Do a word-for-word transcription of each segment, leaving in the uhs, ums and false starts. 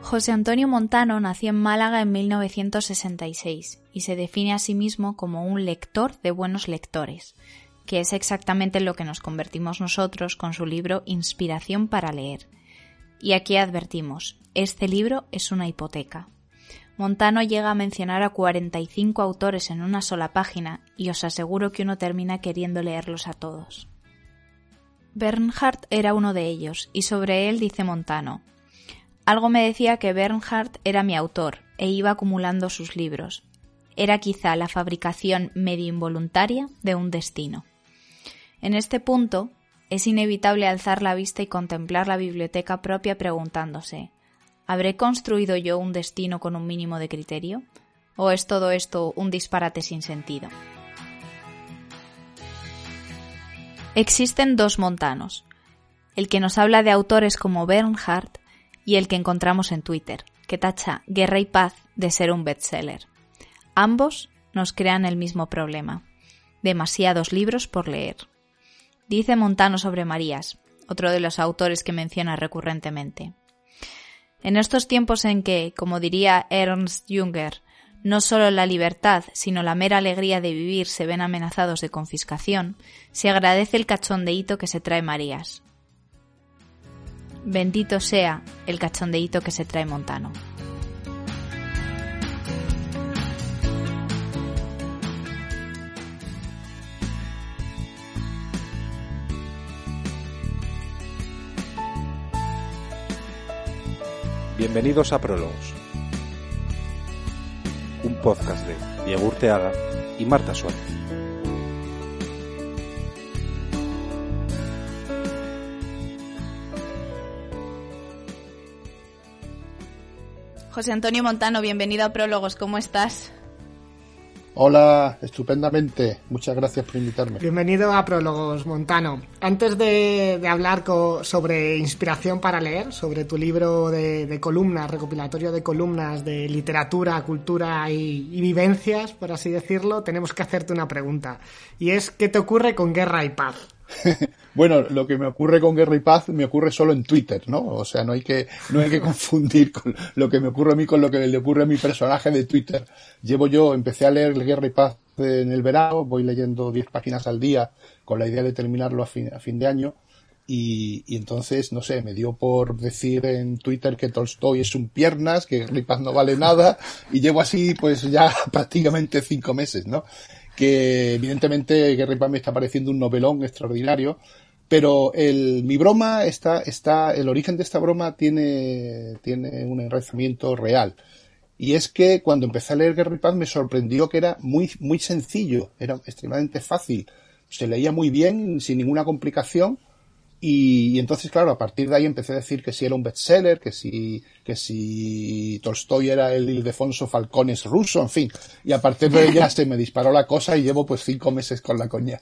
José Antonio Montano nació en Málaga en mil novecientos sesenta y seis y se define a sí mismo como un lector de buenos lectores, que es exactamente en lo que nos convertimos nosotros con su libro Inspiración para leer. Y aquí advertimos, este libro es una hipoteca. Montano llega a mencionar a cuarenta y cinco autores en una sola página y os aseguro que uno termina queriendo leerlos a todos. Bernhardt era uno de ellos y sobre él dice Montano: algo me decía que Bernhardt era mi autor e iba acumulando sus libros. Era quizá la fabricación medio involuntaria de un destino. En este punto, es inevitable alzar la vista y contemplar la biblioteca propia preguntándose: ¿habré construido yo un destino con un mínimo de criterio? ¿O es todo esto un disparate sin sentido? Existen dos Montanos, el que nos habla de autores como Bernhardt y el que encontramos en Twitter, que tacha Guerra y Paz de ser un bestseller. Ambos nos crean el mismo problema: demasiados libros por leer. Dice Montano sobre Marías, otro de los autores que menciona recurrentemente: en estos tiempos en que, como diría Ernst Jünger, no solo la libertad, sino la mera alegría de vivir se ven amenazados de confiscación, se agradece el cachondeíto que se trae Marías. Bendito sea el cachondeíto que se trae Montano. Bienvenidos a Prólogos, un podcast de Diego Urteaga y Marta Suárez. José Antonio Montano, bienvenido a Prólogos, ¿cómo estás? Hola, estupendamente. Muchas gracias por invitarme. Bienvenido a Prólogos, Montano. Antes de, de hablar co, sobre inspiración para leer, sobre tu libro de, de columnas, recopilatorio de columnas de literatura, cultura y, y vivencias, por así decirlo, tenemos que hacerte una pregunta. Y es, ¿qué te ocurre con Guerra y Paz? Bueno, lo que me ocurre con Guerra y Paz me ocurre solo en Twitter, ¿no? O sea, no hay que no hay que confundir con lo que me ocurre a mí con lo que le ocurre a mi personaje de Twitter. Llevo yo, empecé a leer Guerra y Paz en el verano, voy leyendo diez páginas al día con la idea de terminarlo a fin, a fin de año y, y entonces, no sé, me dio por decir en Twitter que Tolstoy es un piernas, que Guerra y Paz no vale nada y llevo así pues ya prácticamente cinco meses, ¿no? Que evidentemente Guerra y Paz me está pareciendo un novelón extraordinario, pero el, mi broma está, está, el origen de esta broma tiene, tiene un enraizamiento real. Y es que cuando empecé a leer Guerra y Paz me sorprendió que era muy, muy sencillo, era extremadamente fácil, se leía muy bien, sin ninguna complicación. Y, y entonces, claro, a partir de ahí empecé a decir que si era un bestseller, que si, que si Tolstoy era el Ildefonso Falcones ruso, en fin. Y a partir de ahí ya se me disparó la cosa y llevo pues cinco meses con la coña.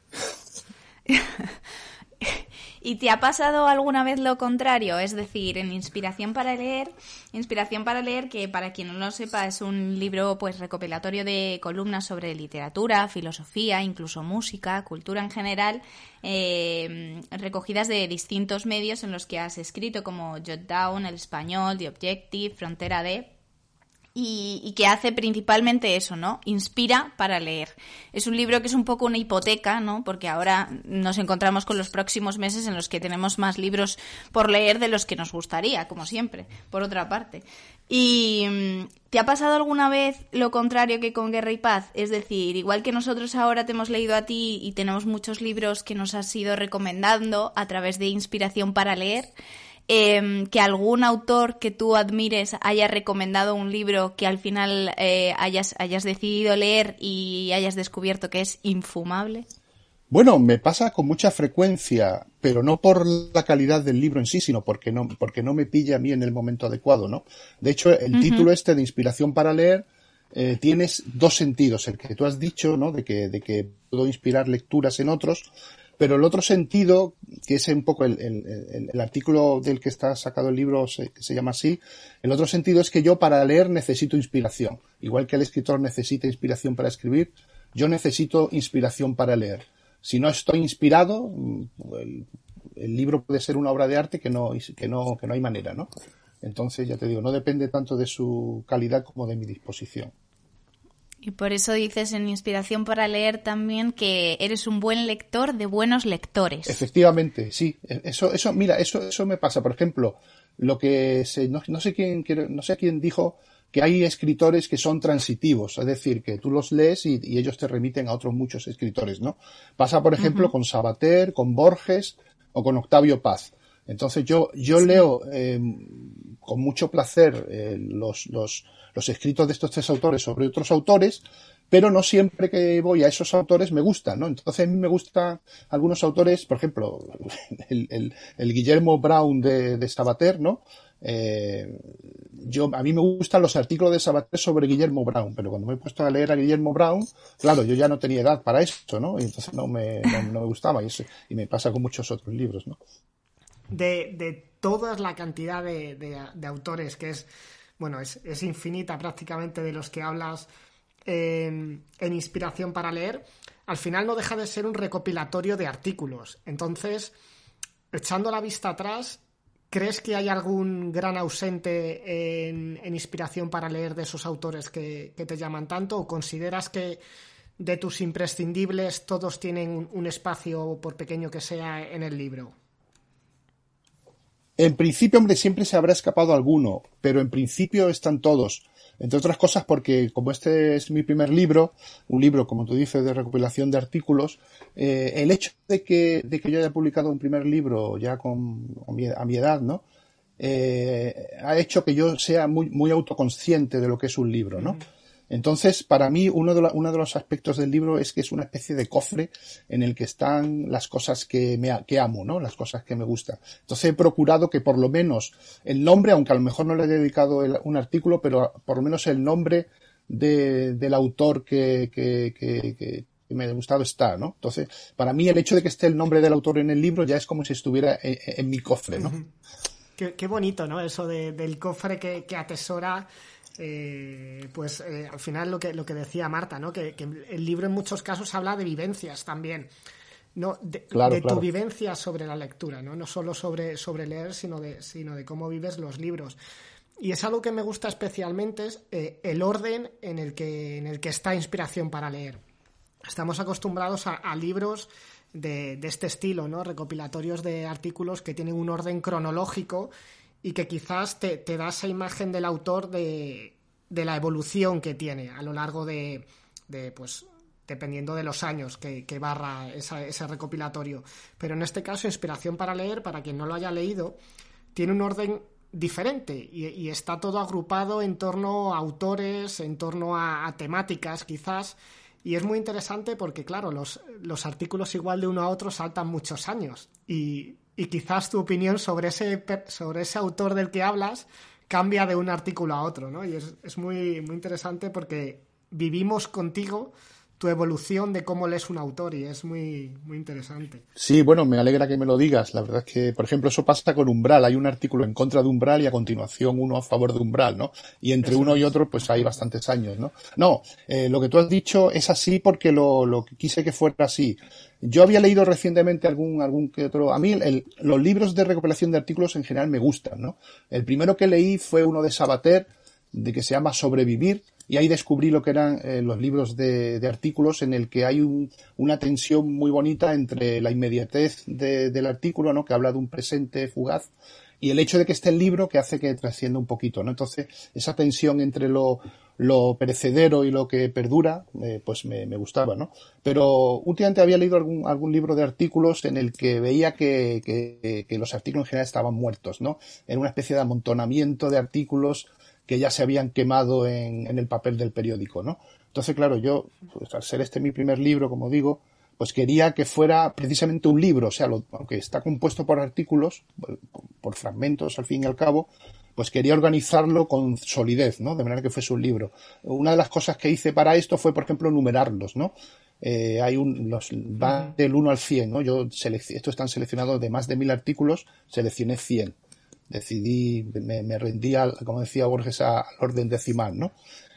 ¿Y te ha pasado alguna vez lo contrario? Es decir, en Inspiración para leer, Inspiración para leer, que para quien no lo sepa es un libro pues recopilatorio de columnas sobre literatura, filosofía, incluso música, cultura en general, eh, recogidas de distintos medios en los que has escrito, como Jotdown, El Español, The Objective, Frontera D. Y, y que hace principalmente eso, ¿no? Inspira para leer. Es un libro que es un poco una hipoteca, ¿no? Porque ahora nos encontramos con los próximos meses en los que tenemos más libros por leer de los que nos gustaría, como siempre, por otra parte. ¿Y te ha pasado alguna vez lo contrario que con Guerra y Paz? Es decir, igual que nosotros ahora te hemos leído a ti y tenemos muchos libros que nos has ido recomendando a través de Inspiración para leer, Eh, que algún autor que tú admires haya recomendado un libro que al final eh, hayas, hayas decidido leer y hayas descubierto que es infumable? Bueno, me pasa con mucha frecuencia, pero no por la calidad del libro en sí, sino porque no, porque no me pilla a mí en el momento adecuado, ¿no? De hecho, el uh-huh. título este de Inspiración para leer eh, tienes dos sentidos, el que tú has dicho, ¿no? De que, de que puedo inspirar lecturas en otros. Pero el otro sentido, que es un poco el, el, el, el artículo del que está sacado el libro, se, que se llama así, el otro sentido es que yo para leer necesito inspiración. Igual que el escritor necesita inspiración para escribir, yo necesito inspiración para leer. Si no estoy inspirado, el, el libro puede ser una obra de arte que no, que no, que no hay manera, ¿no? Entonces, ya te digo, no depende tanto de su calidad como de mi disposición. Y por eso dices en Inspiración para leer también que eres un buen lector de buenos lectores. Efectivamente, sí. Eso, eso, mira, eso, eso me pasa. Por ejemplo, lo que se, no, no sé quién, no sé quién dijo que hay escritores que son transitivos, es decir, que tú los lees y, y ellos te remiten a otros muchos escritores, ¿no? Pasa, por ejemplo, uh-huh. con Sabater, con Borges o con Octavio Paz. Entonces yo, yo sí. leo eh, con mucho placer eh, los, los, los escritos de estos tres autores sobre otros autores, pero no siempre que voy a esos autores me gustan, ¿no? Entonces a mí me gustan algunos autores, por ejemplo, el, el, el Guillermo Brown de, de Sabater, ¿no? Eh, yo, a mí me gustan los artículos de Sabater sobre Guillermo Brown, pero cuando me he puesto a leer a Guillermo Brown, claro, yo ya no tenía edad para eso, ¿no? Y entonces no me, no, no me gustaba, y, eso, y me pasa con muchos otros libros, ¿no? De, de toda la cantidad de, de, de autores que es, bueno, es, es infinita prácticamente de los que hablas en, en Inspiración para leer, al final no deja de ser un recopilatorio de artículos. Entonces, echando la vista atrás, ¿crees que hay algún gran ausente en, en Inspiración para leer de esos autores que, que te llaman tanto? ¿O consideras que de tus imprescindibles todos tienen un, un espacio, por pequeño que sea, en el libro? En principio, hombre, siempre se habrá escapado alguno, pero en principio están todos. Entre otras cosas porque, como este es mi primer libro, un libro, como tú dices, de recopilación de artículos, eh, el hecho de que, de que yo haya publicado un primer libro ya con, a, mi, a mi edad, ¿no? Eh, ha hecho que yo sea muy, muy autoconsciente de lo que es un libro, ¿no? Uh-huh. Entonces, para mí, uno de, la, uno de los aspectos del libro es que es una especie de cofre en el que están las cosas que, me, que amo, ¿no? Las cosas que me gustan. Entonces, he procurado que por lo menos el nombre, aunque a lo mejor no le he dedicado el, un artículo, pero por lo menos el nombre de, del autor que, que, que, que me ha gustado está, ¿no? Entonces, para mí, el hecho de que esté el nombre del autor en el libro ya es como si estuviera en, en mi cofre, ¿no? Qué, qué bonito, ¿no? Eso de, del cofre que, que atesora... Eh, pues eh, al final lo que lo que decía Marta, ¿no? Que, que el libro en muchos casos habla de vivencias también, no de, claro, de claro. tu vivencia sobre la lectura, no no solo sobre sobre leer, sino de sino de cómo vives los libros. Y es algo que me gusta especialmente, es eh, el orden en el que en el que está Inspiración para leer. Estamos acostumbrados a, a libros de, de este estilo, ¿no? Recopilatorios de artículos que tienen un orden cronológico y que quizás te, te da esa imagen del autor de, de la evolución que tiene a lo largo de, de pues, dependiendo de los años que, que barra esa, ese recopilatorio. Pero en este caso, Inspiración para leer, para quien no lo haya leído, tiene un orden diferente y, y está todo agrupado en torno a autores, en torno a, a temáticas, quizás. Y es muy interesante porque, claro, los, los artículos igual de uno a otro saltan muchos años y... Y quizás tu opinión sobre ese, sobre ese autor del que hablas cambia de un artículo a otro, ¿no? Y es, es muy, muy interesante porque vivimos contigo tu evolución de cómo lees un autor y es muy, muy interesante. Sí, bueno, me alegra que me lo digas. La verdad es que, por ejemplo, eso pasa con Umbral. Hay un artículo en contra de Umbral y a continuación uno a favor de Umbral, ¿no? Y entre eso uno es. y otro, pues hay bastantes años, ¿no? No, eh, lo que tú has dicho es así porque lo, lo quise que fuera así. Yo había leído recientemente algún, algún que otro, a mí el, los libros de recopilación de artículos en general me gustan, ¿no? El primero que leí fue uno de Sabater, de que se llama Sobrevivir, y ahí descubrí lo que eran eh, los libros de, de artículos en el que hay un, una tensión muy bonita entre la inmediatez de, del artículo, ¿no? Que habla de un presente fugaz, y el hecho de que esté el libro que hace que trascienda un poquito, ¿no? Entonces, esa tensión entre lo, lo perecedero y lo que perdura, eh, pues me, me gustaba, ¿no? Pero últimamente había leído algún, algún libro de artículos en el que veía que, que, que los artículos en general estaban muertos, ¿no? Era una especie de amontonamiento de artículos que ya se habían quemado en, en el papel del periódico, ¿no? Entonces, claro, yo, pues, al ser este mi primer libro, como digo, pues quería que fuera precisamente un libro, o sea, lo, aunque está compuesto por artículos, por, por fragmentos al fin y al cabo, pues quería organizarlo con solidez, ¿no? De manera que fuese un libro. Una de las cosas que hice para esto fue, por ejemplo, numerarlos, ¿no? Eh, hay un, los, va del uno al cien, ¿no? Yo selec- estos están seleccionados de más de mil artículos, seleccioné cien. Decidí, me, me rendí, al, como decía Borges, a, al orden decimal, ¿no?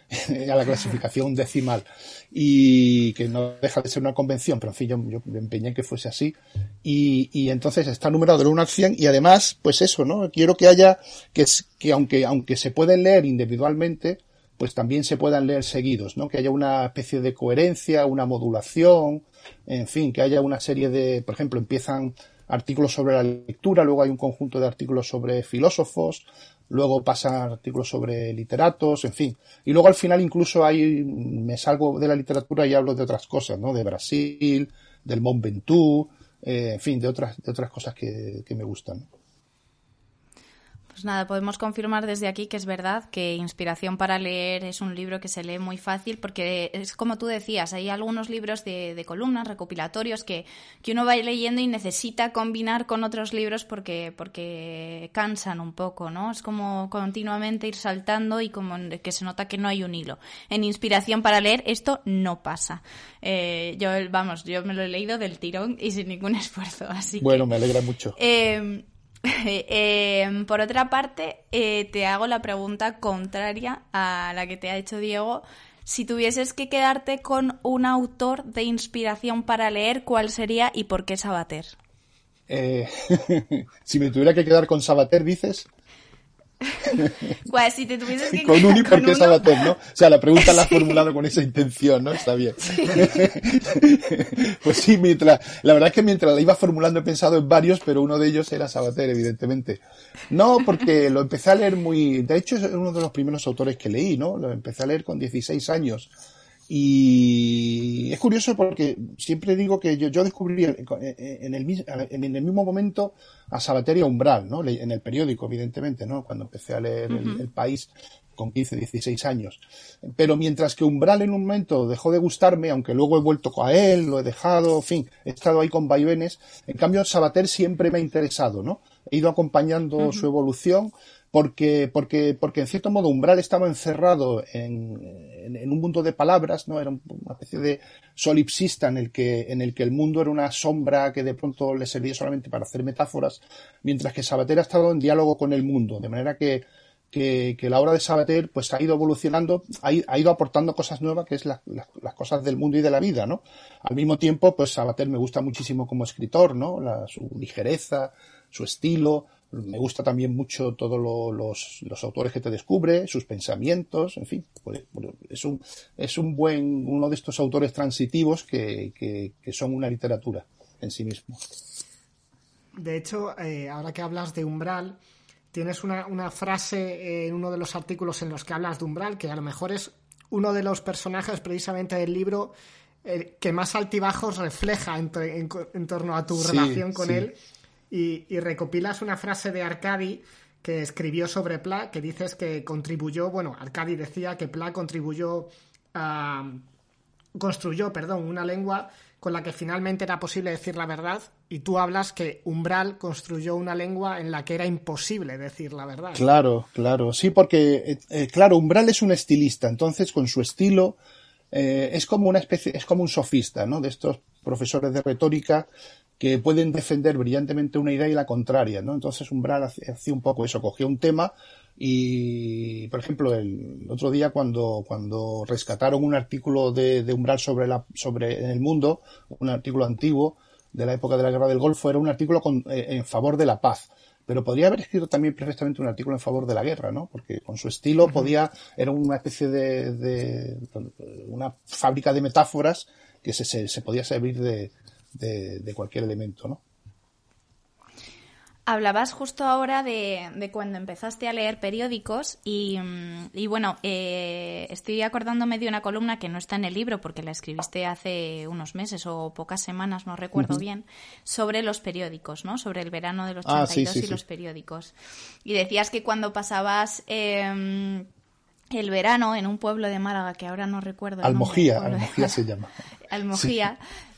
a la clasificación decimal, y que no deja de ser una convención, pero en fin, yo, yo me empeñé en que fuese así, y, y entonces está numerado del uno al cien, y además, pues eso, ¿no? Quiero que haya, que, que aunque, aunque se pueden leer individualmente, pues también se puedan leer seguidos, ¿no? Que haya una especie de coherencia, una modulación, en fin, que haya una serie de, por ejemplo, empiezan artículos sobre la lectura, luego hay un conjunto de artículos sobre filósofos, luego pasan artículos sobre literatos, en fin. Y luego al final incluso hay, me salgo de la literatura y hablo de otras cosas, ¿no? De Brasil, del Mont Ventoux, eh, en fin, de otras, de otras cosas que, que me gustan. Pues nada, podemos confirmar desde aquí que es verdad que Inspiración para leer es un libro que se lee muy fácil porque es como tú decías, hay algunos libros de, de columnas, recopilatorios que, que uno va leyendo y necesita combinar con otros libros porque, porque cansan un poco, ¿no? Es como continuamente ir saltando y como que se nota que no hay un hilo. En Inspiración para leer esto no pasa. Eh, yo, vamos, yo me lo he leído del tirón y sin ningún esfuerzo, así bueno, que... me alegra mucho. Eh, Eh, por otra parte, eh, te hago la pregunta contraria a la que te ha hecho Diego. Si tuvieses que quedarte con un autor de inspiración para leer, ¿cuál sería y por qué Sabater? Eh, si me tuviera que quedar con Sabater, dices... Pues si te tuvieses que con quedar un y por qué uno... Sabater, ¿no? O sea, la pregunta la has formulado con esa intención, ¿no? Está bien. Sí. Pues sí, mientras, la verdad es que mientras la iba formulando he pensado en varios, pero uno de ellos era Sabater, evidentemente. No, porque lo empecé a leer muy, de hecho es uno de los primeros autores que leí, ¿no? Lo empecé a leer con dieciséis años. Y es curioso porque siempre digo que yo, yo descubrí en el, en el mismo momento a Sabater y a Umbral, ¿no? En el periódico, evidentemente, ¿no? Cuando empecé a leer uh-huh. el, el País con quince, dieciséis años. Pero mientras que Umbral en un momento dejó de gustarme, aunque luego he vuelto a él, lo he dejado, en fin, he estado ahí con vaivenes, en cambio Sabater siempre me ha interesado, ¿no? He ido acompañando uh-huh. su evolución. Porque, porque, porque en cierto modo Umbral estaba encerrado en, en, en un mundo de palabras, ¿no? Era una especie de solipsista en el que, en el que el mundo era una sombra que de pronto le servía solamente para hacer metáforas, mientras que Sabater ha estado en diálogo con el mundo, de manera que, que, que la obra de Sabater, pues ha ido evolucionando, ha, ha ido aportando cosas nuevas, que es la, la, las cosas del mundo y de la vida, ¿no? Al mismo tiempo, pues Sabater me gusta muchísimo como escritor, ¿no? La, su ligereza, su estilo. Me gusta también mucho todos lo, los, los autores que te descubre, sus pensamientos, en fin, pues, es un, es un buen, uno de estos autores transitivos que, que, que son una literatura en sí mismo. De hecho, eh, ahora que hablas de Umbral, tienes una, una frase en uno de los artículos en los que hablas de Umbral, que a lo mejor es uno de los personajes precisamente del libro eh, que más altibajos refleja en, en, en torno a tu sí, relación con sí. él. Y, y recopilas una frase de Arcadi que escribió sobre Pla, que dices que contribuyó, bueno, Arcadi decía que Pla contribuyó, uh, construyó, perdón, una lengua con la que finalmente era posible decir la verdad, y tú hablas que Umbral construyó una lengua en la que era imposible decir la verdad. Claro, claro, sí, porque, eh, claro, Umbral es un estilista, entonces con su estilo eh, es como una especie, es como un sofista, ¿no? De estos profesores de retórica que pueden defender brillantemente una idea y la contraria, ¿no? Entonces Umbral hacía un poco eso, cogía un tema y, por ejemplo, el otro día cuando, cuando rescataron un artículo de, de Umbral sobre la, sobre en El Mundo, un artículo antiguo de la época de la Guerra del Golfo, era un artículo con, eh, en favor de la paz. Pero podría haber escrito también perfectamente un artículo en favor de la guerra, ¿no? Porque con su estilo uh-huh. podía, era una especie de, de, una fábrica de metáforas que se, se, se podía servir de, de, de cualquier elemento, ¿no? Hablabas justo ahora de, de cuando empezaste a leer periódicos y, y bueno, eh, estoy acordándome de una columna que no está en el libro porque la escribiste hace unos meses o pocas semanas, no recuerdo uh-huh. bien, sobre los periódicos, ¿no? Sobre el verano del ochenta y dos ah, sí, sí, y sí. los periódicos. Y decías que cuando pasabas eh, el verano en un pueblo de Málaga, que ahora no recuerdo el Almojía, nombre, Almojía se llama. Almojía. Sí.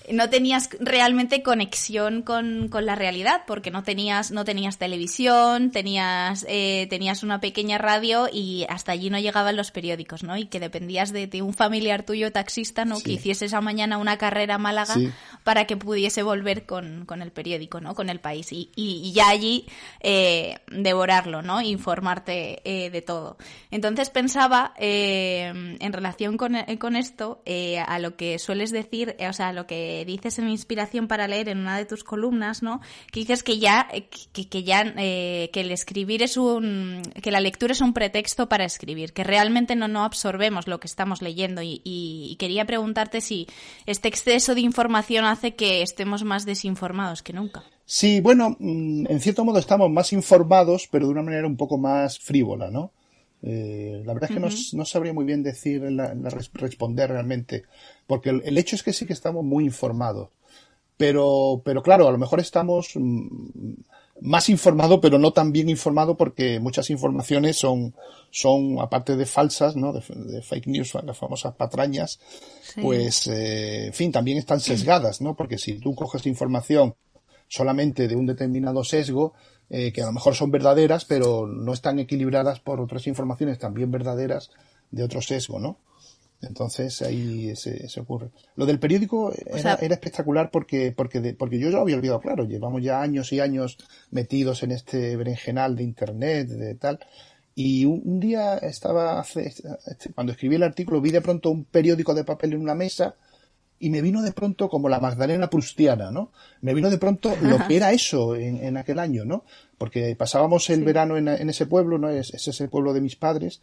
no tenías realmente conexión con, con la realidad, porque no tenías no tenías televisión, tenías eh, tenías una pequeña radio y hasta allí no llegaban los periódicos, ¿no? Y que dependías de, de un familiar tuyo taxista, ¿no? Sí. Que hiciese esa mañana una carrera a Málaga sí. para que pudiese volver con, con el periódico, ¿no? Con El País. Y, y, y ya allí eh, devorarlo, ¿no? Informarte eh, de todo. Entonces pensaba, eh, en relación con, con esto, eh, a lo que sueles decir, eh, o sea, a lo que dices en Inspiración para leer en una de tus columnas, ¿no? Que dices que ya que, que ya eh, que el escribir es un que la lectura es un pretexto para escribir, que realmente no no absorbemos lo que estamos leyendo y, y, y quería preguntarte si este exceso de información hace que estemos más desinformados que nunca. Sí, bueno, en cierto modo estamos más informados, pero de una manera un poco más frívola, ¿no? Eh, la verdad es que uh-huh. no, no sabría muy bien decir, la, la, responder realmente, porque el, el hecho es que sí que estamos muy informados, pero, pero claro, a lo mejor estamos mm, más informados, pero no tan bien informados, porque muchas informaciones son, son aparte de falsas, ¿no? De, de fake news, las famosas patrañas, sí. pues, eh, en fin, también están sesgadas, ¿no? Porque si tú coges información solamente de un determinado sesgo, Eh, que a lo mejor son verdaderas, pero no están equilibradas por otras informaciones también verdaderas de otro sesgo, ¿no? Entonces ahí se, se ocurre. Lo del periódico era, o sea, era espectacular porque porque de, porque yo ya lo había olvidado, claro, llevamos ya años y años metidos en este berenjenal de internet, de tal, y un, un día estaba, hace, cuando escribí el artículo, vi de pronto un periódico de papel en una mesa. Y me vino de pronto como la Magdalena prustiana, ¿no? Me vino de pronto lo que era eso en, en aquel año, ¿no? Porque pasábamos el sí. verano en, en ese pueblo, ¿no? Ese es el pueblo de mis padres,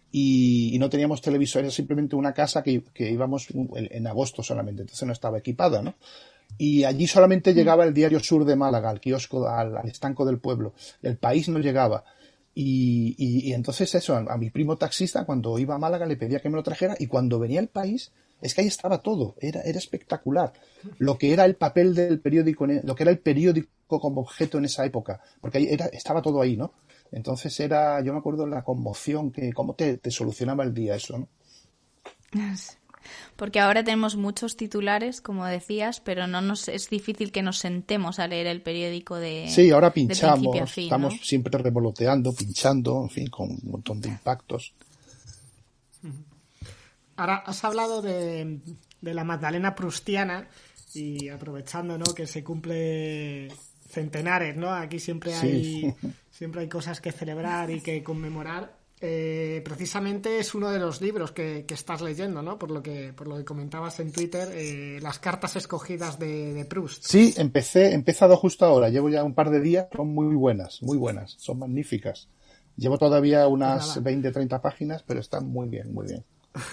y, y no teníamos televisor, era simplemente una casa que, que íbamos en agosto solamente, entonces no estaba equipada, ¿no? Y allí solamente llegaba el Diario Sur de Málaga, al kiosco, al, al estanco del pueblo. El País no llegaba. Y, y, y entonces eso, a, a mi primo taxista, cuando iba a Málaga, le pedía que me lo trajera, y cuando venía El País, es que ahí estaba todo, era, era espectacular. Lo que era el papel del periódico, lo que era el periódico como objeto en esa época, porque ahí era, estaba todo ahí, ¿no? Entonces era, yo me acuerdo la conmoción, que cómo te, te solucionaba el día eso, ¿no? Porque ahora tenemos muchos titulares, como decías, pero no nos es difícil que nos sentemos a leer el periódico de Sí, ahora pinchamos, de a fin, estamos ¿no? siempre revoloteando, pinchando, en fin, con un montón de impactos. Ahora has hablado de, de la Magdalena prustiana y aprovechando, ¿no?, que se cumple centenares, ¿no? Aquí siempre hay sí. siempre hay cosas que celebrar y que conmemorar. Eh, precisamente es uno de los libros que, que estás leyendo, ¿no? Por lo que por lo que comentabas en Twitter, eh, las cartas escogidas de, de Proust. Sí, empecé, he empezado justo ahora. Llevo ya un par de días, son muy buenas, muy buenas, son magníficas. Llevo todavía unas pues veinte, treinta páginas, pero están muy bien, muy bien.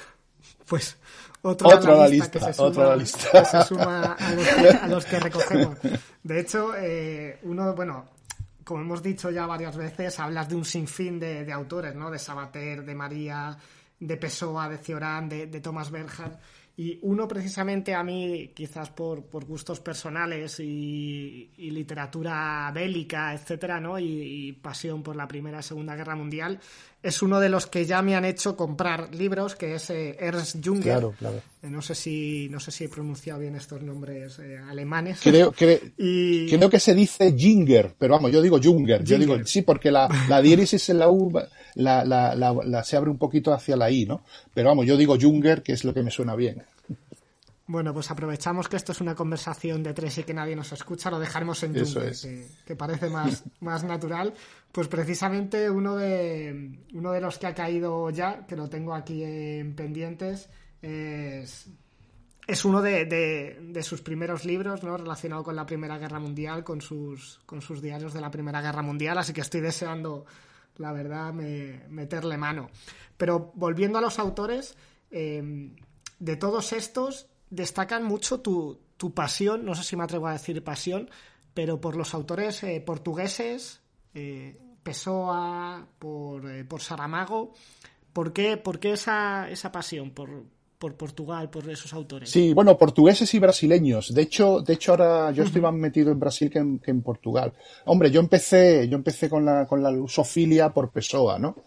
Pues otro, otro a la lista, lista, que, se otro suma, a la lista. que se suma a los que, a los que recogemos. De hecho, eh, uno, bueno, como hemos dicho ya varias veces, hablas de un sinfín de, de autores, ¿no? De Sabater, de María, de Pessoa, de Cioran, de, de Thomas Bernhard. Y uno precisamente a mí, quizás por, por gustos personales y, y literatura bélica, etcétera, ¿no? Y, y pasión por la Primera y Segunda Guerra Mundial, es uno de los que ya me han hecho comprar libros, que es eh, Ernst Junger. Claro, claro. Eh, no sé si no sé si he pronunciado bien estos nombres eh, alemanes. Creo, creo, y... creo que se dice Ginger, pero vamos, yo digo Junger. Yo digo, sí, porque la, la diéresis en la U la, la, la, la se abre un poquito hacia la I, ¿no? Pero vamos, yo digo Junger, que es lo que me suena bien. Bueno, pues aprovechamos que esto es una conversación de tres y que nadie nos escucha, lo dejaremos en Junger, es. que, que parece más, más natural. Pues precisamente uno de uno de los que ha caído ya, que lo tengo aquí en pendientes, es, es uno de, de, de sus primeros libros, ¿no?, relacionado con la Primera Guerra Mundial, con sus, con sus diarios de la Primera Guerra Mundial, así que estoy deseando, la verdad, me, meterle mano. Pero volviendo a los autores, eh, de todos estos destacan mucho tu, tu pasión, no sé si me atrevo a decir pasión, pero por los autores eh, portugueses, eh, Pessoa, por, eh, por Saramago. ¿Por qué, por qué esa, esa pasión por, por Portugal, por esos autores? Sí, bueno, portugueses y brasileños. De hecho, de hecho ahora yo estoy más metido en Brasil que en, que en Portugal. Hombre, yo empecé, yo empecé con la, con la lusofilia por Pessoa, ¿no?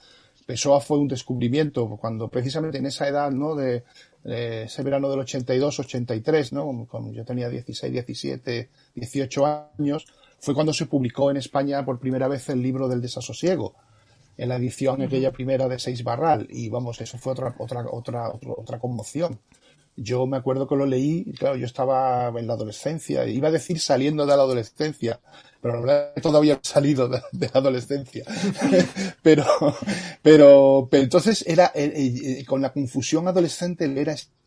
Pessoa fue un descubrimiento cuando precisamente en esa edad, ¿no? De, de ese verano del ochenta y dos, ochenta y tres, ¿no? Cuando yo tenía dieciséis, diecisiete, dieciocho años, fue cuando se publicó en España por primera vez el libro del desasosiego, en la edición aquella primera de Seis Barral, y vamos, eso fue otra, otra, otra, otra, otra conmoción. Yo me acuerdo que lo leí, claro, yo estaba en la adolescencia, iba a decir saliendo de la adolescencia, pero la verdad es que todavía he salido de, de la adolescencia. pero, pero, pero entonces era, eh, eh, con la confusión adolescente, él era ese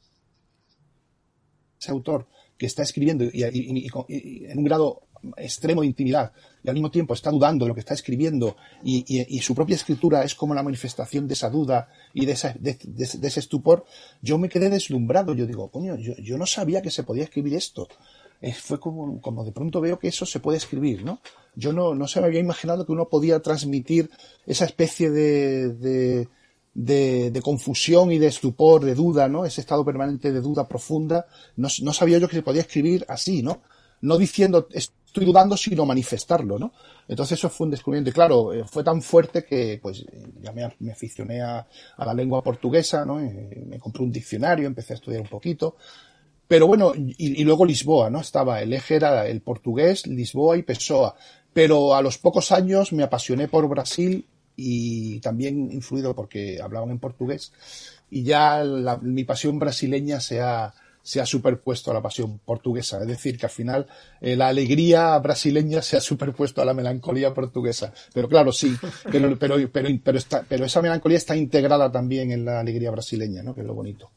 autor que está escribiendo y, y, y, y en un grado extremo de intimidad, y al mismo tiempo está dudando de lo que está escribiendo, y, y, y su propia escritura es como la manifestación de esa duda y de, esa, de, de, de ese estupor. Yo me quedé deslumbrado. Yo digo, coño, yo, yo no sabía que se podía escribir esto. Eh, fue como, como de pronto veo que eso se puede escribir, ¿no? Yo no, no se me había imaginado que uno podía transmitir esa especie de, de, de, de confusión y de estupor, de duda, ¿no? Ese estado permanente de duda profunda. No, no sabía yo que se podía escribir así, ¿no? No diciendo estoy dudando, sino manifestarlo, ¿no? Entonces eso fue un descubrimiento. Y claro, eh, fue tan fuerte que pues ya me, me aficioné a, a la lengua portuguesa, ¿no? Eh, me compré un diccionario, empecé a estudiar un poquito. Pero bueno, y, y luego Lisboa, ¿no? Estaba, el eje era el portugués, Lisboa y Pessoa. Pero a los pocos años me apasioné por Brasil, y también influido porque hablaban en portugués, y ya la, mi pasión brasileña se ha se ha superpuesto a la pasión portuguesa. Es decir, que al final eh, la alegría brasileña se ha superpuesto a la melancolía portuguesa. Pero claro, sí, pero, pero, pero, pero, está, pero esa melancolía está integrada también en la alegría brasileña, ¿no? Que es lo bonito.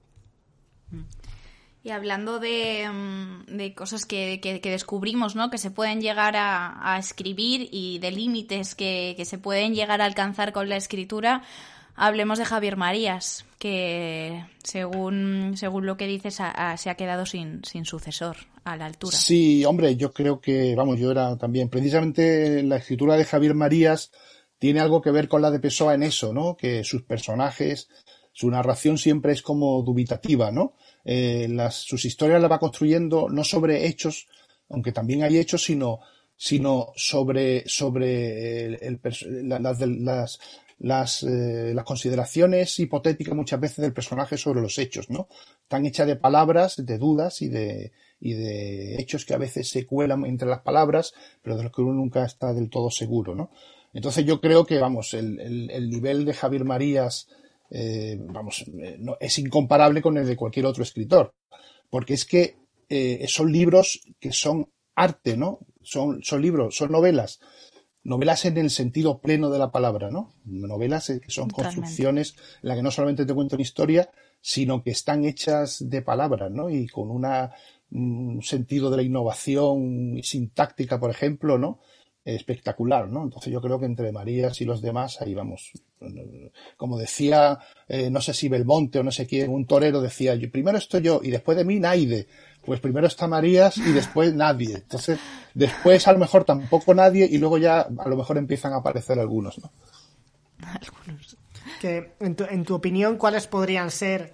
Y hablando de, de cosas que, que, que descubrimos, ¿no? Que se pueden llegar a, a escribir, y de límites que, que se pueden llegar a alcanzar con la escritura, hablemos de Javier Marías, que según según lo que dices a, a, se ha quedado sin, sin sucesor a la altura. Sí, hombre, yo creo que, vamos, yo era también, precisamente la escritura de Javier Marías tiene algo que ver con la de Pessoa en eso, ¿no? Que sus personajes, su narración siempre es como dubitativa, ¿no? Eh, las, sus historias las va construyendo no sobre hechos, aunque también hay hechos, sino sino sobre sobre el, el, las, las las eh, las consideraciones hipotéticas muchas veces del personaje sobre los hechos, ¿no? Están hechas de palabras, de dudas y de y de hechos que a veces se cuelan entre las palabras, pero de los que uno nunca está del todo seguro, ¿no? Entonces yo creo que, vamos, el, el, el nivel de Javier Marías, eh, vamos, eh, no, es incomparable con el de cualquier otro escritor, porque es que eh, son libros que son arte, ¿no? Son, son libros, son novelas, novelas en el sentido pleno de la palabra, ¿no? Novelas que son Totalmente. construcciones en las que no solamente te cuentan historia, sino que están hechas de palabras, ¿no? Y con una, un sentido de la innovación sintáctica, por ejemplo, ¿no? Espectacular, ¿no? Entonces yo creo que entre Marías y los demás, ahí vamos. Como decía, eh, no sé si Belmonte o no sé quién, un torero decía, yo, primero estoy yo y después de mí Naide. Pues primero está Marías y después nadie. Entonces, después a lo mejor tampoco nadie, y luego ya a lo mejor empiezan a aparecer algunos, ¿no? Algunos. Que, en, tu, en tu opinión, ¿cuáles podrían ser?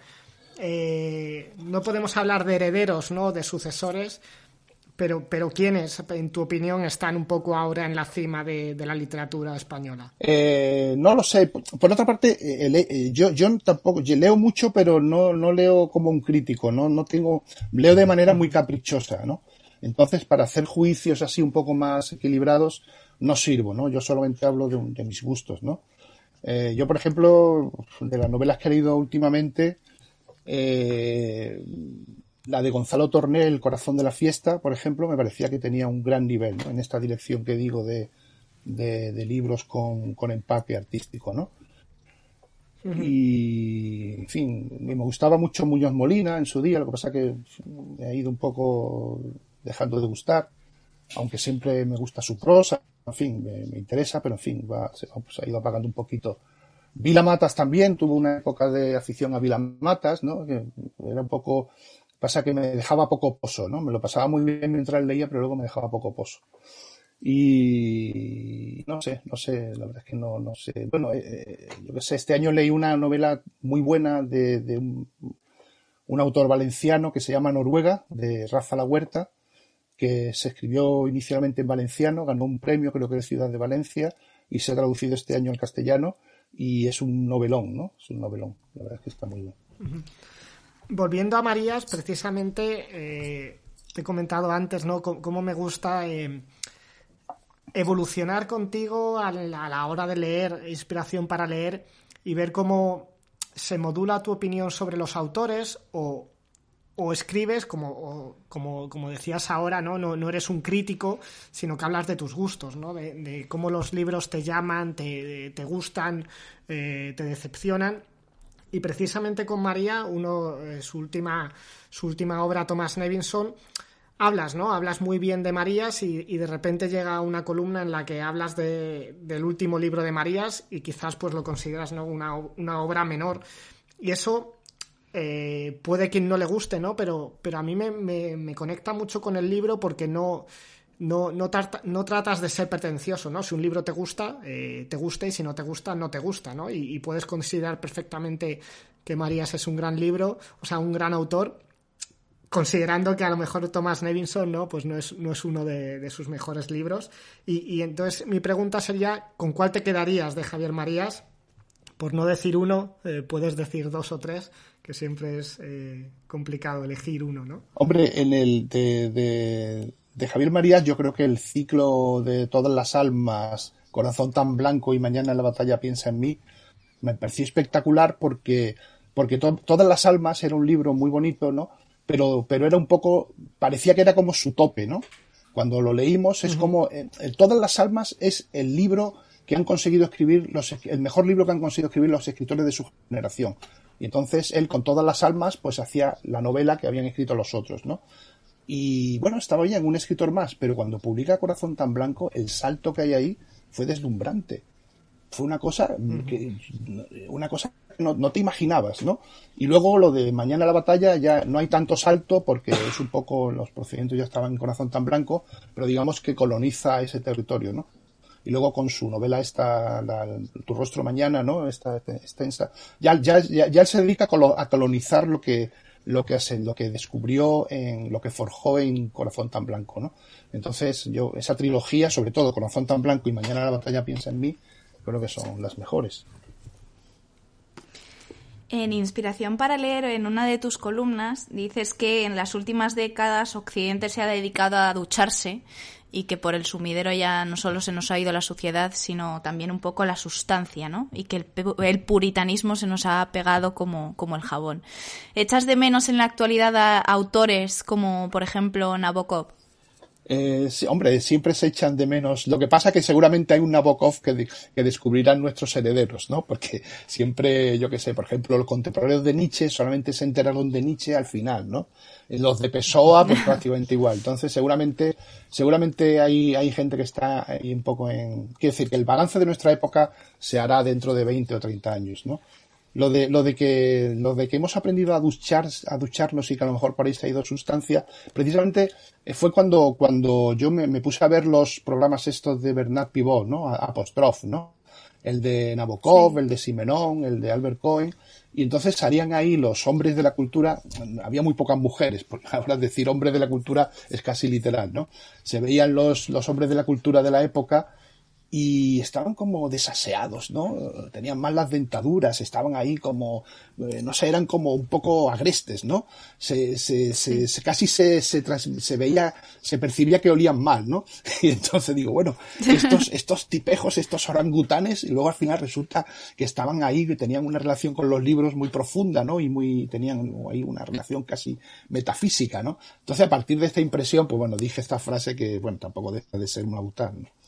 Eh, no podemos hablar de herederos, ¿no? De sucesores, pero, pero ¿quiénes, en tu opinión, están un poco ahora en la cima de, de la literatura española? Eh, no lo sé. Por otra parte, eh, eh, yo, yo tampoco, yo leo mucho, pero no, no leo como un crítico, no, no tengo, leo de manera muy caprichosa, ¿no? Entonces, para hacer juicios así un poco más equilibrados, no sirvo, ¿no? Yo solamente hablo de, de mis gustos, ¿no? Eh, yo, por ejemplo, de las novelas que he leído últimamente, eh, la de Gonzalo Torné, El corazón de la fiesta, por ejemplo, me parecía que tenía un gran nivel, ¿no? En esta dirección que digo de, de, de libros con, con empaque artístico, ¿no? Uh-huh. Y, en fin, me gustaba mucho Muñoz Molina en su día, lo que pasa que me ha ido un poco dejando de gustar, aunque siempre me gusta su prosa, en fin, me, me interesa, pero en fin, va, se pues, ha ido apagando un poquito. Vila Matas también, tuvo una época de afición a Vila Matas, ¿no? Que era un poco... Pasa que me dejaba poco pozo, ¿no? Me lo pasaba muy bien mientras leía, pero luego me dejaba poco pozo. Y no sé, no sé, la verdad es que no, no sé. Bueno, eh, yo qué sé, este año leí una novela muy buena de, de un, un autor valenciano que se llama Noruega, de Rafa La Huerta, que se escribió inicialmente en valenciano, ganó un premio, creo que de Ciudad de Valencia, y se ha traducido este año al castellano. y es un novelón, ¿no? Es un novelón, la verdad es que está muy bien. Uh-huh. Volviendo a Marías, precisamente, eh, te he comentado antes, ¿no? C- cómo me gusta eh, evolucionar contigo a la, a la hora de leer, inspiración para leer, y ver cómo se modula tu opinión sobre los autores o, o escribes, como, o, como, como decías ahora, ¿no? No, no eres un crítico, sino que hablas de tus gustos, ¿no? De, de cómo los libros te llaman, te, te gustan, eh, te decepcionan. Y precisamente con María, uno, eh, su última, su última obra, Thomas Nevinson, hablas, ¿no? Hablas muy bien de Marías y, y de repente llega una columna en la que hablas de, del último libro de Marías y quizás pues lo consideras, ¿no? una, una obra menor. Y eso eh, puede que no le guste, ¿no? Pero, pero a mí me, me, me conecta mucho con el libro porque no... No, no, trata, no tratas de ser pretencioso, ¿no? Si un libro te gusta, eh, te gusta, y si no te gusta, no te gusta, ¿no? Y, y puedes considerar perfectamente que Marías es un gran libro, o sea, un gran autor, considerando que a lo mejor Thomas Nevinson, ¿no? Pues no es, no es uno de, de sus mejores libros. Y, y entonces mi pregunta sería, ¿con cuál te quedarías de Javier Marías? Por no decir uno, eh, puedes decir dos o tres, que siempre es eh, complicado elegir uno, ¿no? Hombre, en el de... de... de Javier Marías, yo creo que el ciclo de Todas las almas, Corazón tan blanco y Mañana en la batalla piensa en mí, me pareció espectacular porque, porque to, Todas las almas era un libro muy bonito, ¿no? Pero, pero era un poco, parecía que era como su tope, ¿no? Cuando lo leímos es uh-huh. como, eh, Todas las almas es el libro que han conseguido escribir, los, el mejor libro que han conseguido escribir los escritores de su generación. Y entonces él con Todas las almas pues hacía la novela que habían escrito los otros, ¿no? Y bueno, estaba bien, un escritor más, pero cuando publica Corazón tan blanco, el salto que hay ahí fue deslumbrante. Fue una cosa que, una cosa que no, no te imaginabas, ¿no? Y luego lo de Mañana la batalla ya no hay tanto salto porque es un poco, los procedimientos ya estaban en Corazón tan blanco, pero digamos que coloniza ese territorio, ¿no? Y luego con su novela esta, la, Tu rostro mañana, ¿no? Esta extensa, ya, ya, ya, ya él se dedica a colonizar lo que lo que hace, lo que descubrió en, lo que forjó en Corazón tan blanco, ¿no? Entonces, yo, esa trilogía, sobre todo Corazón tan blanco y Mañana la batalla piensa en mí, creo que son las mejores. En Inspiración para leer, en una de tus columnas, dices que en las últimas décadas Occidente se ha dedicado a ducharse y que por el sumidero ya no solo se nos ha ido la suciedad, sino también un poco la sustancia, ¿no? Y que el, el puritanismo se nos ha pegado como, como el jabón. ¿Echas de menos en la actualidad a autores como, por ejemplo, Nabokov? Eh, sí, hombre, siempre se echan de menos. Lo que pasa es que seguramente hay un Nabokov que, de, que descubrirán nuestros herederos, ¿no? Porque siempre, yo qué sé, por ejemplo, los contemporáneos de Nietzsche solamente se enteraron de Nietzsche al final, ¿no? Los de Pessoa, pues prácticamente igual. Entonces, seguramente, seguramente hay, hay gente que está ahí un poco en... Quiero decir, que el balance de nuestra época se hará dentro de veinte o treinta años, ¿no? Lo de, lo de que, lo de que hemos aprendido a duchar, a ducharnos y que a lo mejor por ahí se ha ido sustancia, precisamente fue cuando, cuando yo me, me puse a ver los programas estos de Bernard Pivot, ¿no? Apostroph, ¿no? El de Nabokov, sí. El de Simenon, el de Albert Cohen, y entonces salían ahí los hombres de la cultura, había muy pocas mujeres, porque ahora decir hombres de la cultura es casi literal, ¿no? Se veían los, los hombres de la cultura de la época, y estaban como desaseados, ¿no? Tenían mal las dentaduras, estaban ahí como, eh, no sé, eran como un poco agrestes, ¿no? Se, se, se, se casi se, se, trans, se veía, se percibía que olían mal, ¿no? Y entonces digo, bueno, estos, estos tipejos, estos orangutanes, y luego al final resulta que estaban ahí, que tenían una relación con los libros muy profunda, ¿no? Y muy, tenían ahí una relación casi metafísica, ¿no? Entonces a partir de esta impresión, pues bueno, dije esta frase que, bueno, tampoco deja de ser un aután, ¿no?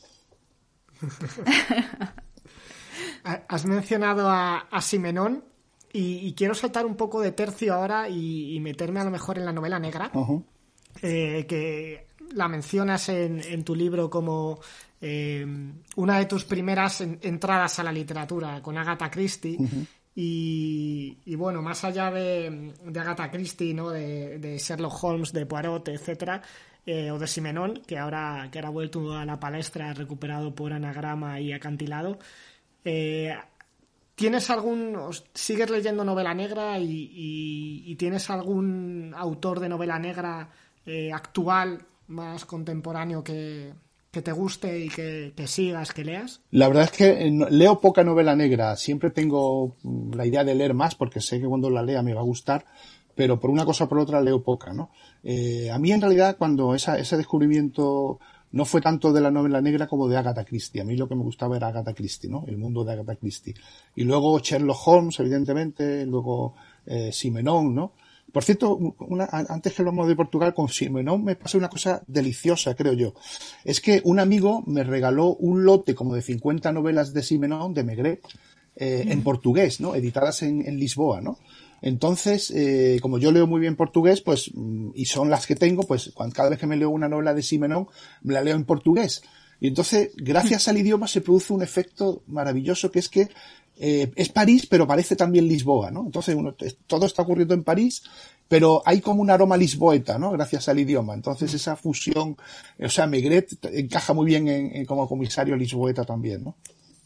Has mencionado a, a Simenon y, y quiero saltar un poco de tercio ahora y, y meterme a lo mejor en la novela negra, uh-huh. eh, que la mencionas en, en tu libro como eh, una de tus primeras en, entradas a la literatura con Agatha Christie. Uh-huh. Y, y bueno, más allá de, de Agatha Christie, ¿no? de, de Sherlock Holmes, de Poirot, etcétera, eh, o de Simenon, que ahora, que ahora ha vuelto a la palestra, recuperado por Anagrama y Acantilado. Eh, ¿Tienes algún... sigues leyendo novela negra y, y, y tienes algún autor de novela negra eh, actual, más contemporáneo que, que te guste y que, que sigas, que leas? La verdad es que leo poca novela negra. Siempre tengo la idea de leer más porque sé que cuando la lea me va a gustar, pero por una cosa o por otra leo poca, ¿no? Eh, a mí en realidad cuando esa, ese descubrimiento no fue tanto de la novela negra como de Agatha Christie. A mí lo que me gustaba era Agatha Christie, ¿no? El mundo de Agatha Christie. Y luego Sherlock Holmes, evidentemente, luego eh, Simenon, ¿no? Por cierto, una, antes que hablamos de Portugal, con Simenon me pasó una cosa deliciosa, creo yo. Es que un amigo me regaló un lote como de cincuenta novelas de Simenon, de Maigret, eh, mm. en portugués, ¿no? Editadas en, en Lisboa, ¿no? Entonces, eh, como yo leo muy bien portugués, pues, y son las que tengo, pues, cuando, cada vez que me leo una novela de Simenon, me la leo en portugués. Y entonces, gracias al idioma se produce un efecto maravilloso que es que Eh, es París, pero parece también Lisboa, ¿no? Entonces uno, todo está ocurriendo en París, pero hay como un aroma lisboeta, ¿no? Gracias al idioma. Entonces esa fusión, o sea, Maigret encaja muy bien en, en como comisario lisboeta también, ¿no?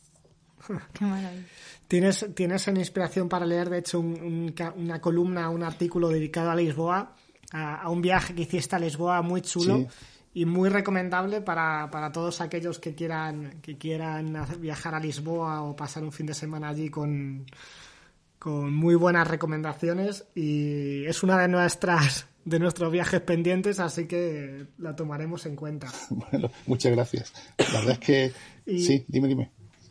Qué maravilla. Tienes, tienes en Inspiración para Leer, de hecho, un, un, una columna, un artículo dedicado a Lisboa, a, a un viaje que hiciste a Lisboa muy chulo. Sí. Y muy recomendable para, para todos aquellos que quieran que quieran viajar a Lisboa o pasar un fin de semana allí con, con muy buenas recomendaciones, y es una de nuestras de nuestros viajes pendientes, así que la tomaremos en cuenta. Bueno, muchas gracias. La verdad es que y... sí, dime, dime.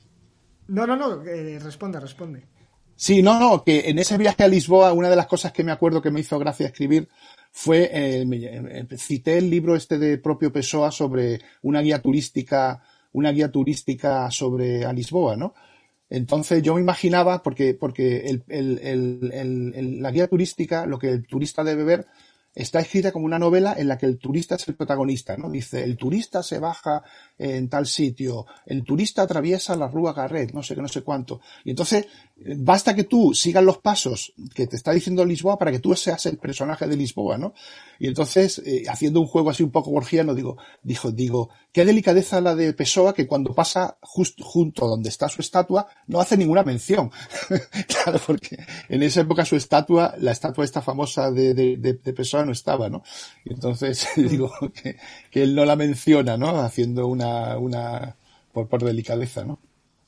No, no, no, eh, responde, responde. Sí, no, no, que en ese viaje a Lisboa una de las cosas que me acuerdo que me hizo gracia escribir fue, eh, me, eh, cité el libro este de propio Pessoa sobre una guía turística, una guía turística sobre a Lisboa, ¿no? Entonces yo me imaginaba, porque, porque el, el, el, el, el, la guía turística, lo que el turista debe ver, está escrita como una novela en la que el turista es el protagonista, ¿no? Dice, el turista se baja en tal sitio, el turista atraviesa la Rúa Garret, no sé qué, no sé cuánto. Y entonces, basta que tú sigas los pasos que te está diciendo Lisboa para que tú seas el personaje de Lisboa, ¿no? Y entonces, eh, haciendo un juego así un poco borgiano, digo, dijo, digo, qué delicadeza la de Pessoa, que cuando pasa justo junto donde está su estatua, no hace ninguna mención. Claro, porque en esa época su estatua, la estatua esta famosa de, de, de, de Pessoa no estaba, ¿no? Y entonces digo que, que él no la menciona, ¿no? Haciendo una, una, por, por delicadeza, ¿no?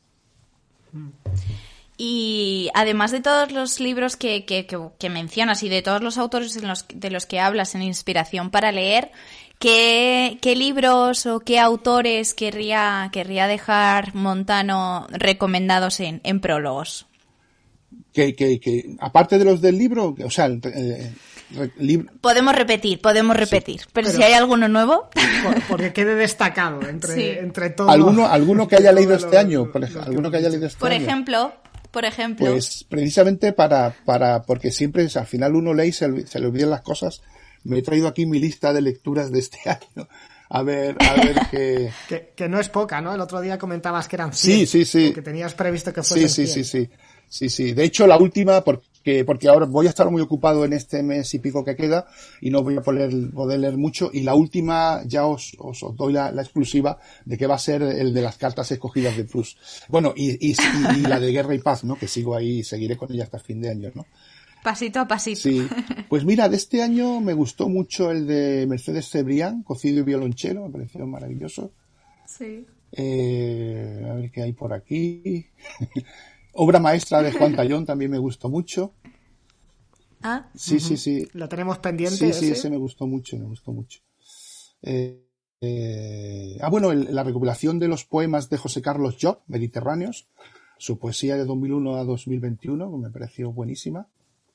Y además de todos los libros que, que, que, que mencionas y de todos los autores de los, de los que hablas en Inspiración para Leer, ¿qué, qué libros o qué autores querría, querría dejar Montano recomendados en, en prólogos? Que, que, que, aparte de los del libro, o sea, eh, libro... Podemos repetir, podemos repetir, sí, pero, pero si hay alguno nuevo... Por, porque quede destacado entre, sí. entre todos. ¿Alguno, alguno que haya leído este año? Por ejemplo, alguno que haya leído este por año. ejemplo, por ejemplo. Pues precisamente para, para, porque siempre al final uno lee y se, se le olvidan las cosas. Me he traído aquí mi lista de lecturas de este año. A ver, a ver qué... que, que no es poca, ¿no? El otro día comentabas que eran cien. Sí, sí, sí. Que tenías previsto que fuesen sí, sí, cien. Sí, sí, sí. Sí, sí. De hecho, la última, porque, porque ahora voy a estar muy ocupado en este mes y pico que queda y no voy a poder, poder leer mucho. Y la última, ya os, os, os doy la, la exclusiva de que va a ser el de las cartas escogidas de Proust. Bueno, y, y, y, y la de Guerra y Paz, ¿no? Que sigo ahí, seguiré con ella hasta el fin de año, ¿no? Pasito a pasito. Sí. Pues mira, de este año me gustó mucho el de Mercedes Cebrián, Cocido y Violonchelo, me pareció maravilloso. Sí. Eh, a ver qué hay por aquí. Obra maestra de Juan Tallón también me gustó mucho. Ah. Sí, uh-huh. sí, sí. ¿Lo tenemos pendiente? Sí, ese? sí, ese me gustó mucho, me gustó mucho. Eh, eh, ah, bueno, el, la recopilación de los poemas de José Carlos Job, Mediterráneos, su poesía de dos mil uno a dos mil veintiuno, me pareció buenísima.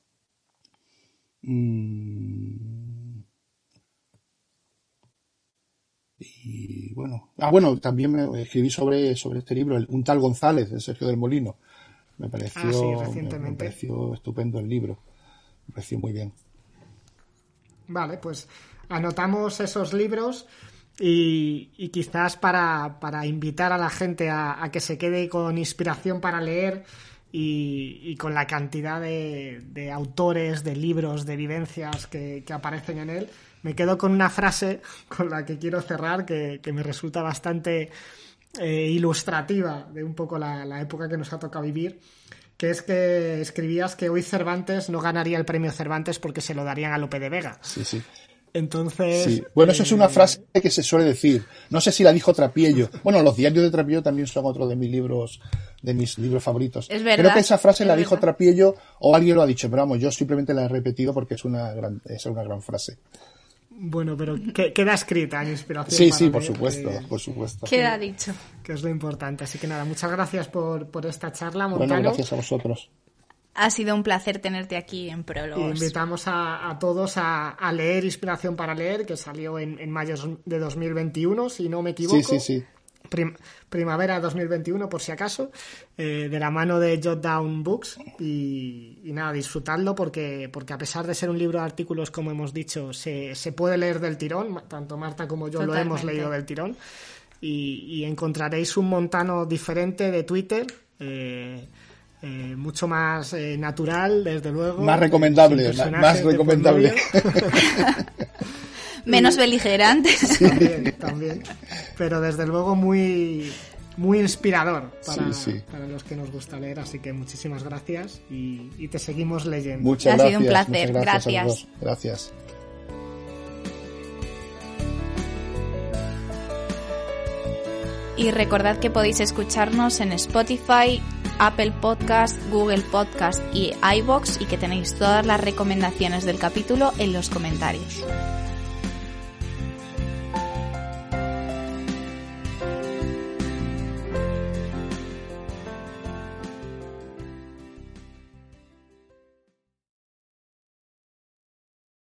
Mm. Y bueno, ah, bueno, también me escribí sobre, sobre este libro, el, Un tal González, de Sergio del Molino. Me pareció, ah, sí, recientemente. Me, me pareció estupendo el libro. Me pareció muy bien. Vale, pues anotamos esos libros y, y quizás para, para invitar a la gente a, a que se quede con inspiración para leer y, y con la cantidad de, de autores, de libros, de vivencias que, que aparecen en él. Me quedo con una frase con la que quiero cerrar que, que me resulta bastante eh, ilustrativa de un poco la, la época que nos ha tocado vivir, que es que escribías que hoy Cervantes no ganaría el premio Cervantes porque se lo darían a Lope de Vega. Sí, sí. Entonces... Sí. Bueno, eso eh, es una frase que se suele decir. No sé si la dijo Trapiello. Bueno, los diarios de Trapiello también son otro de mis libros, de mis libros favoritos. Es verdad. Creo que esa frase es la dijo verdad. Trapiello o alguien lo ha dicho, pero vamos, yo simplemente la he repetido porque es una gran, es una gran frase. Bueno, pero que, queda escrita en Inspiración Sí, para sí, Leer, por supuesto, que, por supuesto. Queda dicho. que es lo importante. Así que nada, muchas gracias por, por esta charla, Montano. Bueno, gracias a vosotros. Ha sido un placer tenerte aquí en Y Prólogos. invitamos a, a todos a, a leer Inspiración para Leer, que salió en, en mayo de dos mil veintiuno, si no me equivoco. Sí, sí, sí. Prim- primavera dos mil veintiuno, por si acaso, eh, de la mano de Jot Down Books. Y, y nada, disfrutadlo porque, porque a pesar de ser un libro de artículos, como hemos dicho, se, se puede leer del tirón. Tanto Marta como yo Totalmente. lo hemos leído del tirón. Y, y encontraréis un Montano diferente de Twitter. Eh, Eh, mucho más eh, natural, desde luego. Más recomendable, Sin personajes más de por recomendable. medio. Menos beligerante. También, también. Pero desde luego muy, muy inspirador para, Sí, sí. para los que nos gusta leer. Así que muchísimas gracias y, y te seguimos leyendo. Muchas Ha gracias. sido un placer. muchas gracias. a los Gracias. dos. Gracias. Y recordad que podéis escucharnos en Spotify, Apple Podcast, Google Podcast y iVoox y que tenéis todas las recomendaciones del capítulo en los comentarios.